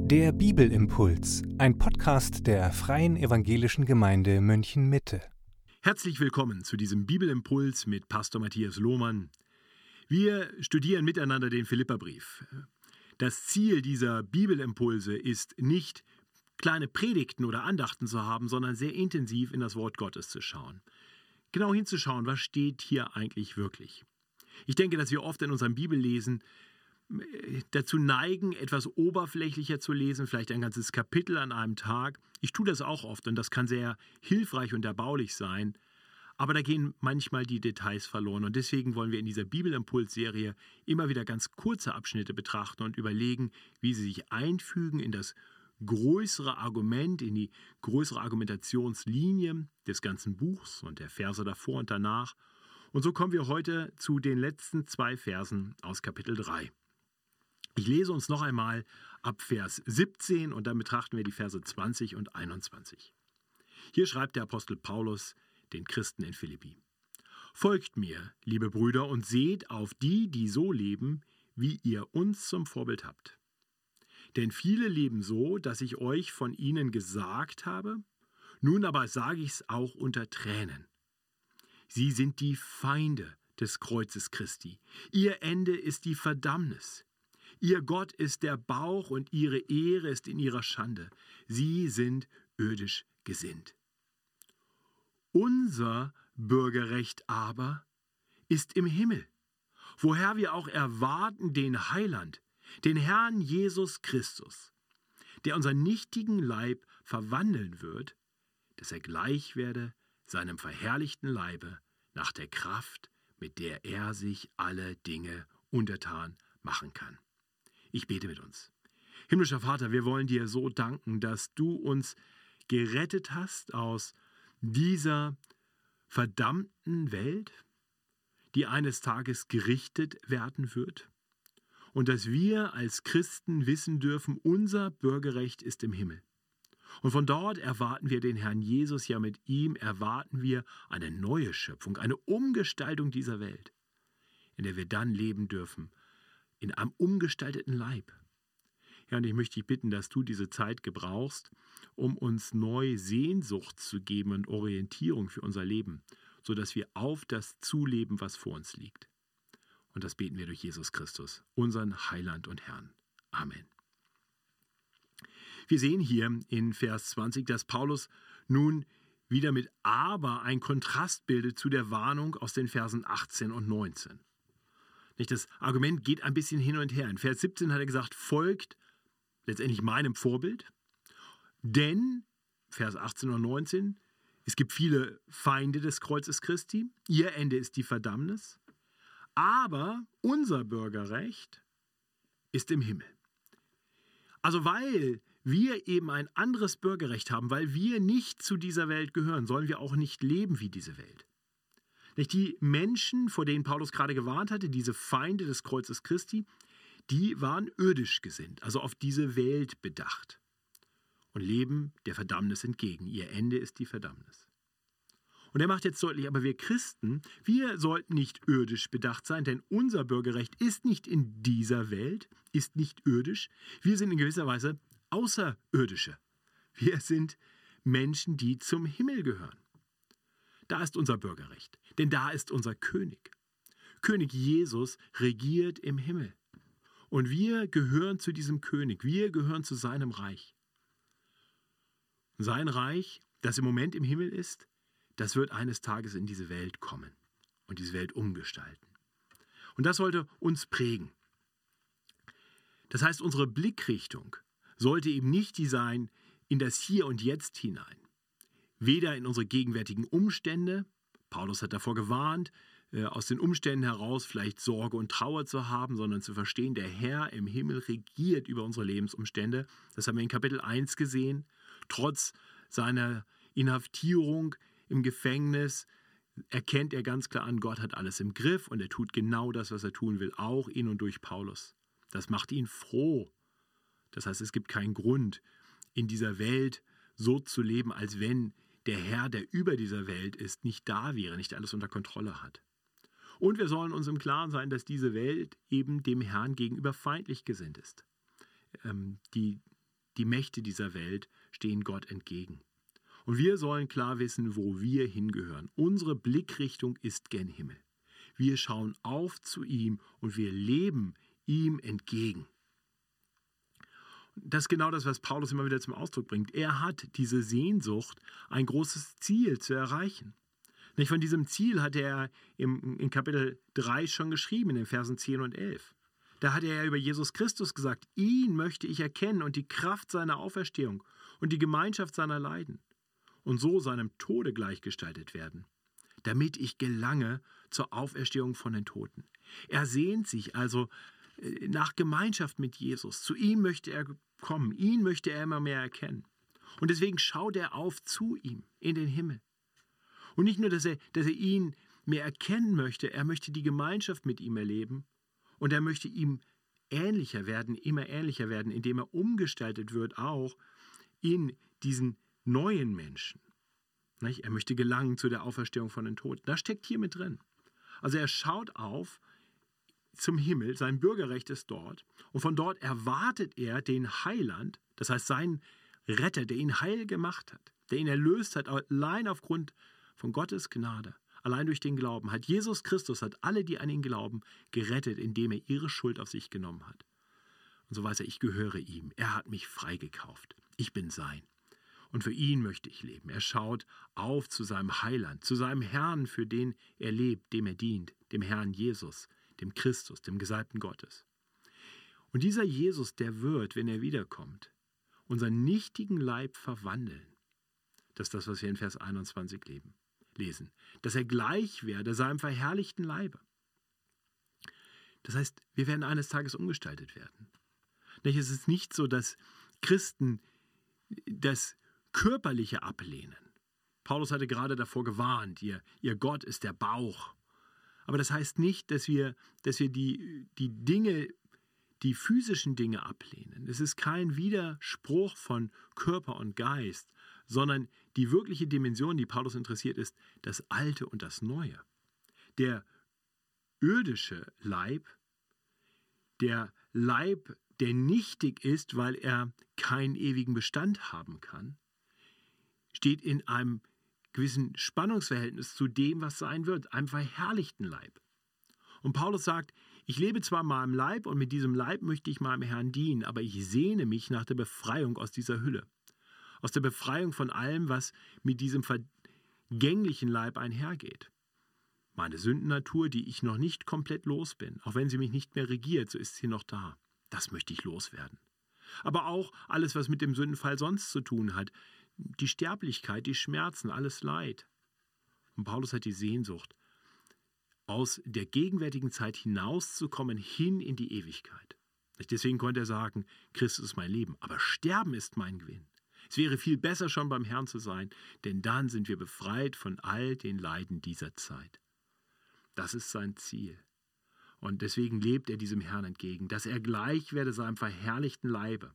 Der Bibelimpuls, ein Podcast der Freien Evangelischen Gemeinde München-Mitte. Herzlich willkommen zu diesem Bibelimpuls mit Pastor Matthias Lohmann. Wir studieren miteinander den Philipperbrief. Das Ziel dieser Bibelimpulse ist nicht, kleine Predigten oder Andachten zu haben, sondern sehr intensiv in das Wort Gottes zu schauen. Genau hinzuschauen, was steht hier eigentlich wirklich. Ich denke, dass wir oft in unserem Bibellesen dazu neigen, etwas oberflächlicher zu lesen, vielleicht ein ganzes Kapitel an einem Tag. Ich tue das auch oft und das kann sehr hilfreich und erbaulich sein, aber da gehen manchmal die Details verloren und deswegen wollen wir in dieser Bibelimpuls-Serie immer wieder ganz kurze Abschnitte betrachten und überlegen, wie sie sich einfügen in das größere Argument, in die größere Argumentationslinie des ganzen Buchs und der Verse davor und danach. Und so kommen wir heute zu den letzten 2 Versen aus Kapitel 3. Ich lese uns noch einmal ab Vers 17 und dann betrachten wir die Verse 20 und 21. Hier schreibt der Apostel Paulus den Christen in Philippi: Folgt mir, liebe Brüder, und seht auf die, die so leben, wie ihr uns zum Vorbild habt. Denn viele leben so, dass ich euch von ihnen gesagt habe, nun aber sage ich es auch unter Tränen. Sie sind die Feinde des Kreuzes Christi. Ihr Ende ist die Verdammnis. Ihr Gott ist der Bauch und ihre Ehre ist in ihrer Schande. Sie sind irdisch gesinnt. Unser Bürgerrecht aber ist im Himmel, woher wir auch erwarten den Heiland, den Herrn Jesus Christus, der unseren nichtigen Leib verwandeln wird, dass er gleich werde seinem verherrlichten Leibe nach der Kraft, mit der er sich alle Dinge untertan machen kann. Ich bete mit uns. Himmlischer Vater, wir wollen dir so danken, dass du uns gerettet hast aus dieser verdammten Welt, die eines Tages gerichtet werden wird, und dass wir als Christen wissen dürfen, unser Bürgerrecht ist im Himmel. Und von dort erwarten wir den Herrn Jesus, ja mit ihm erwarten wir eine neue Schöpfung, eine Umgestaltung dieser Welt, in der wir dann leben dürfen, in einem umgestalteten Leib. Ja, und ich möchte dich bitten, dass du diese Zeit gebrauchst, um uns neu Sehnsucht zu geben und Orientierung für unser Leben, sodass wir auf das zuleben, was vor uns liegt. Und das beten wir durch Jesus Christus, unseren Heiland und Herrn. Amen. Wir sehen hier in Vers 20, dass Paulus nun wieder mit Aber ein Kontrast bildet zu der Warnung aus den Versen 18 und 19. Das Argument geht ein bisschen hin und her. In Vers 17 hat er gesagt, folgt letztendlich meinem Vorbild, denn, Vers 18 und 19, es gibt viele Feinde des Kreuzes Christi, ihr Ende ist die Verdammnis, aber unser Bürgerrecht ist im Himmel. Also weil wir eben ein anderes Bürgerrecht haben, weil wir nicht zu dieser Welt gehören, sollen wir auch nicht leben wie diese Welt. Die Menschen, vor denen Paulus gerade gewarnt hatte, diese Feinde des Kreuzes Christi, die waren irdisch gesinnt, also auf diese Welt bedacht und leben der Verdammnis entgegen. Ihr Ende ist die Verdammnis. Und er macht jetzt deutlich, aber wir Christen, wir sollten nicht irdisch bedacht sein, denn unser Bürgerrecht ist nicht in dieser Welt, ist nicht irdisch. Wir sind in gewisser Weise Außerirdische. Wir sind Menschen, die zum Himmel gehören. Da ist unser Bürgerrecht, denn da ist unser König. König Jesus regiert im Himmel. Und wir gehören zu diesem König, wir gehören zu seinem Reich. Sein Reich, das im Moment im Himmel ist, das wird eines Tages in diese Welt kommen und diese Welt umgestalten. Und das sollte uns prägen. Das heißt, unsere Blickrichtung sollte eben nicht die sein in das Hier und Jetzt hinein. Weder in unsere gegenwärtigen Umstände, Paulus hat davor gewarnt, aus den Umständen heraus vielleicht Sorge und Trauer zu haben, sondern zu verstehen, der Herr im Himmel regiert über unsere Lebensumstände. Das haben wir in Kapitel 1 gesehen. Trotz seiner Inhaftierung im Gefängnis erkennt er ganz klar an, Gott hat alles im Griff und er tut genau das, was er tun will, auch in und durch Paulus. Das macht ihn froh. Das heißt, es gibt keinen Grund, in dieser Welt so zu leben, als wenn der Herr, der über dieser Welt ist, nicht da wäre, nicht alles unter Kontrolle hat. Und wir sollen uns im Klaren sein, dass diese Welt eben dem Herrn gegenüber feindlich gesinnt ist. Die die Mächte dieser Welt stehen Gott entgegen. Und wir sollen klar wissen, wo wir hingehören. Unsere Blickrichtung ist gen Himmel. Wir schauen auf zu ihm und wir leben ihm entgegen. Das ist genau das, was Paulus immer wieder zum Ausdruck bringt. Er hat diese Sehnsucht, ein großes Ziel zu erreichen. Nicht von diesem Ziel hat er in Kapitel 3 schon geschrieben, in den Versen 10 und 11. Da hat er ja über Jesus Christus gesagt, ihn möchte ich erkennen und die Kraft seiner Auferstehung und die Gemeinschaft seiner Leiden und so seinem Tode gleichgestaltet werden, damit ich gelange zur Auferstehung von den Toten. Er sehnt sich also nach Gemeinschaft mit Jesus. Zu ihm möchte er kommen, ihn möchte er immer mehr erkennen. Und deswegen schaut er auf zu ihm in den Himmel. Und nicht nur, dass er ihn mehr erkennen möchte, er möchte die Gemeinschaft mit ihm erleben und er möchte ihm ähnlicher werden, immer ähnlicher werden, indem er umgestaltet wird auch in diesen neuen Menschen. Nicht? Er möchte gelangen zu der Auferstehung von den Toten. Das steckt hier mit drin. Also er schaut auf zum Himmel, sein Bürgerrecht ist dort und von dort erwartet er den Heiland, das heißt seinen Retter, der ihn heil gemacht hat, der ihn erlöst hat, allein aufgrund von Gottes Gnade, allein durch den Glauben, hat Jesus Christus, hat alle, die an ihn glauben, gerettet, indem er ihre Schuld auf sich genommen hat. Und so weiß er, ich gehöre ihm, er hat mich freigekauft, ich bin sein. Und für ihn möchte ich leben. Er schaut auf zu seinem Heiland, zu seinem Herrn, für den er lebt, dem er dient, dem Herrn Jesus, dem Christus, dem Gesalbten Gottes. Und dieser Jesus, der wird, wenn er wiederkommt, unseren nichtigen Leib verwandeln. Das ist das, was wir in Vers 21 lesen. Dass er gleich werde seinem verherrlichten Leibe. Das heißt, wir werden eines Tages umgestaltet werden. Es ist nicht so, dass Christen das Körperliche ablehnen. Paulus hatte gerade davor gewarnt, ihr Gott ist der Bauch. Aber das heißt nicht, dass wir die Dinge, die physischen Dinge ablehnen. Es ist kein Widerspruch von Körper und Geist, sondern die wirkliche Dimension, die Paulus interessiert, ist das Alte und das Neue. Der irdische Leib, der Leib, der nichtig ist, weil er keinen ewigen Bestand haben kann, steht in einem gewissen Spannungsverhältnis zu dem, was sein wird, einem verherrlichten Leib. Und Paulus sagt, ich lebe zwar in meinem Leib und mit diesem Leib möchte ich meinem Herrn dienen, aber ich sehne mich nach der Befreiung aus dieser Hülle. Aus der Befreiung von allem, was mit diesem vergänglichen Leib einhergeht. Meine Sündennatur, die ich noch nicht komplett los bin, auch wenn sie mich nicht mehr regiert, so ist sie noch da. Das möchte ich loswerden. Aber auch alles, was mit dem Sündenfall sonst zu tun hat, die Sterblichkeit, die Schmerzen, alles Leid. Und Paulus hat die Sehnsucht, aus der gegenwärtigen Zeit hinauszukommen, hin in die Ewigkeit. Deswegen konnte er sagen, Christus ist mein Leben, aber Sterben ist mein Gewinn. Es wäre viel besser, schon beim Herrn zu sein, denn dann sind wir befreit von all den Leiden dieser Zeit. Das ist sein Ziel. Und deswegen lebt er diesem Herrn entgegen, dass er gleich werde seinem verherrlichten Leibe.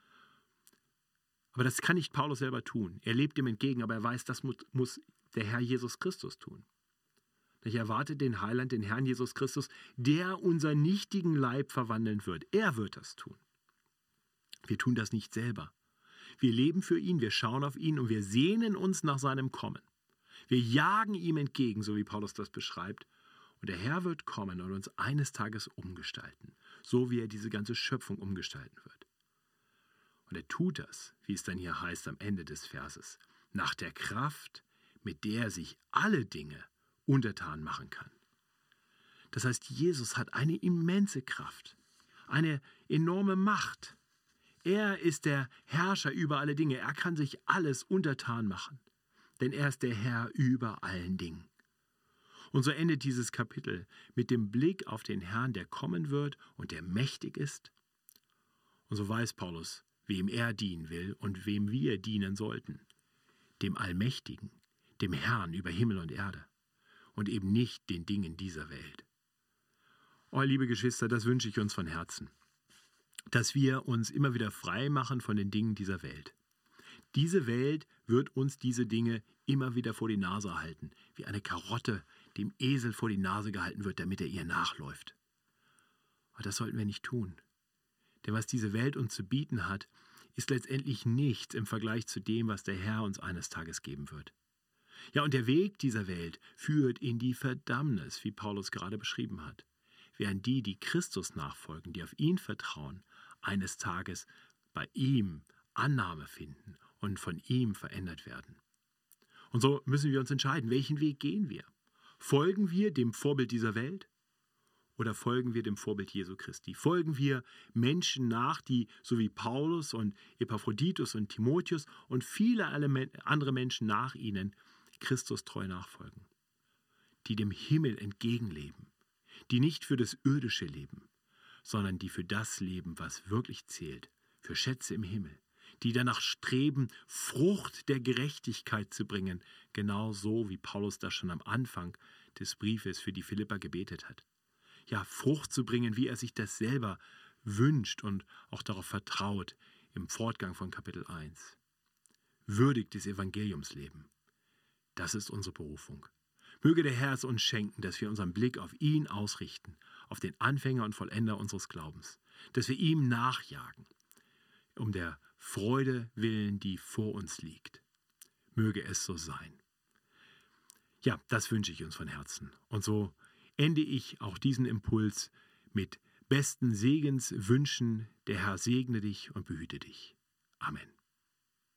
Aber das kann nicht Paulus selber tun. Er lebt ihm entgegen, aber er weiß, das muss der Herr Jesus Christus tun. Ich erwarte den Heiland, den Herrn Jesus Christus, der unseren nichtigen Leib verwandeln wird. Er wird das tun. Wir tun das nicht selber. Wir leben für ihn, wir schauen auf ihn und wir sehnen uns nach seinem Kommen. Wir jagen ihm entgegen, so wie Paulus das beschreibt. Und der Herr wird kommen und uns eines Tages umgestalten, so wie er diese ganze Schöpfung umgestalten wird. Und er tut das, wie es dann hier heißt am Ende des Verses, nach der Kraft, mit der er sich alle Dinge untertan machen kann. Das heißt, Jesus hat eine immense Kraft, eine enorme Macht. Er ist der Herrscher über alle Dinge. Er kann sich alles untertan machen, denn er ist der Herr über allen Dingen. Und so endet dieses Kapitel mit dem Blick auf den Herrn, der kommen wird und der mächtig ist. Und so weiß Paulus, wem er dienen will und wem wir dienen sollten. Dem Allmächtigen, dem Herrn über Himmel und Erde und eben nicht den Dingen dieser Welt. Oh, liebe Geschwister, das wünsche ich uns von Herzen, dass wir uns immer wieder frei machen von den Dingen dieser Welt. Diese Welt wird uns diese Dinge immer wieder vor die Nase halten, wie eine Karotte dem Esel vor die Nase gehalten wird, damit er ihr nachläuft. Aber das sollten wir nicht tun. Denn was diese Welt uns zu bieten hat, ist letztendlich nichts im Vergleich zu dem, was der Herr uns eines Tages geben wird. Ja, und der Weg dieser Welt führt in die Verdammnis, wie Paulus gerade beschrieben hat. Während die, die Christus nachfolgen, die auf ihn vertrauen, eines Tages bei ihm Annahme finden und von ihm verändert werden. Und so müssen wir uns entscheiden, welchen Weg gehen wir? Folgen wir dem Vorbild dieser Welt oder folgen wir dem Vorbild Jesu Christi? Folgen wir Menschen nach, die so wie Paulus und Epaphroditus und Timotheus und viele andere Menschen nach ihnen Christus treu nachfolgen, die dem Himmel entgegenleben, die nicht für das Irdische leben, sondern die für das leben, was wirklich zählt, für Schätze im Himmel, die danach streben, Frucht der Gerechtigkeit zu bringen, genauso wie Paulus das schon am Anfang des Briefes für die Philipper gebetet hat. Ja, Frucht zu bringen, wie er sich das selber wünscht und auch darauf vertraut im Fortgang von Kapitel 1. Würdig des Evangeliums leben. Das ist unsere Berufung. Möge der Herr es uns schenken, dass wir unseren Blick auf ihn ausrichten, auf den Anfänger und Vollender unseres Glaubens, dass wir ihm nachjagen, um der Freude willen, die vor uns liegt. Möge es so sein. Ja, das wünsche ich uns von Herzen. Und so ende ich auch diesen Impuls mit besten Segenswünschen. Der Herr segne dich und behüte dich. Amen.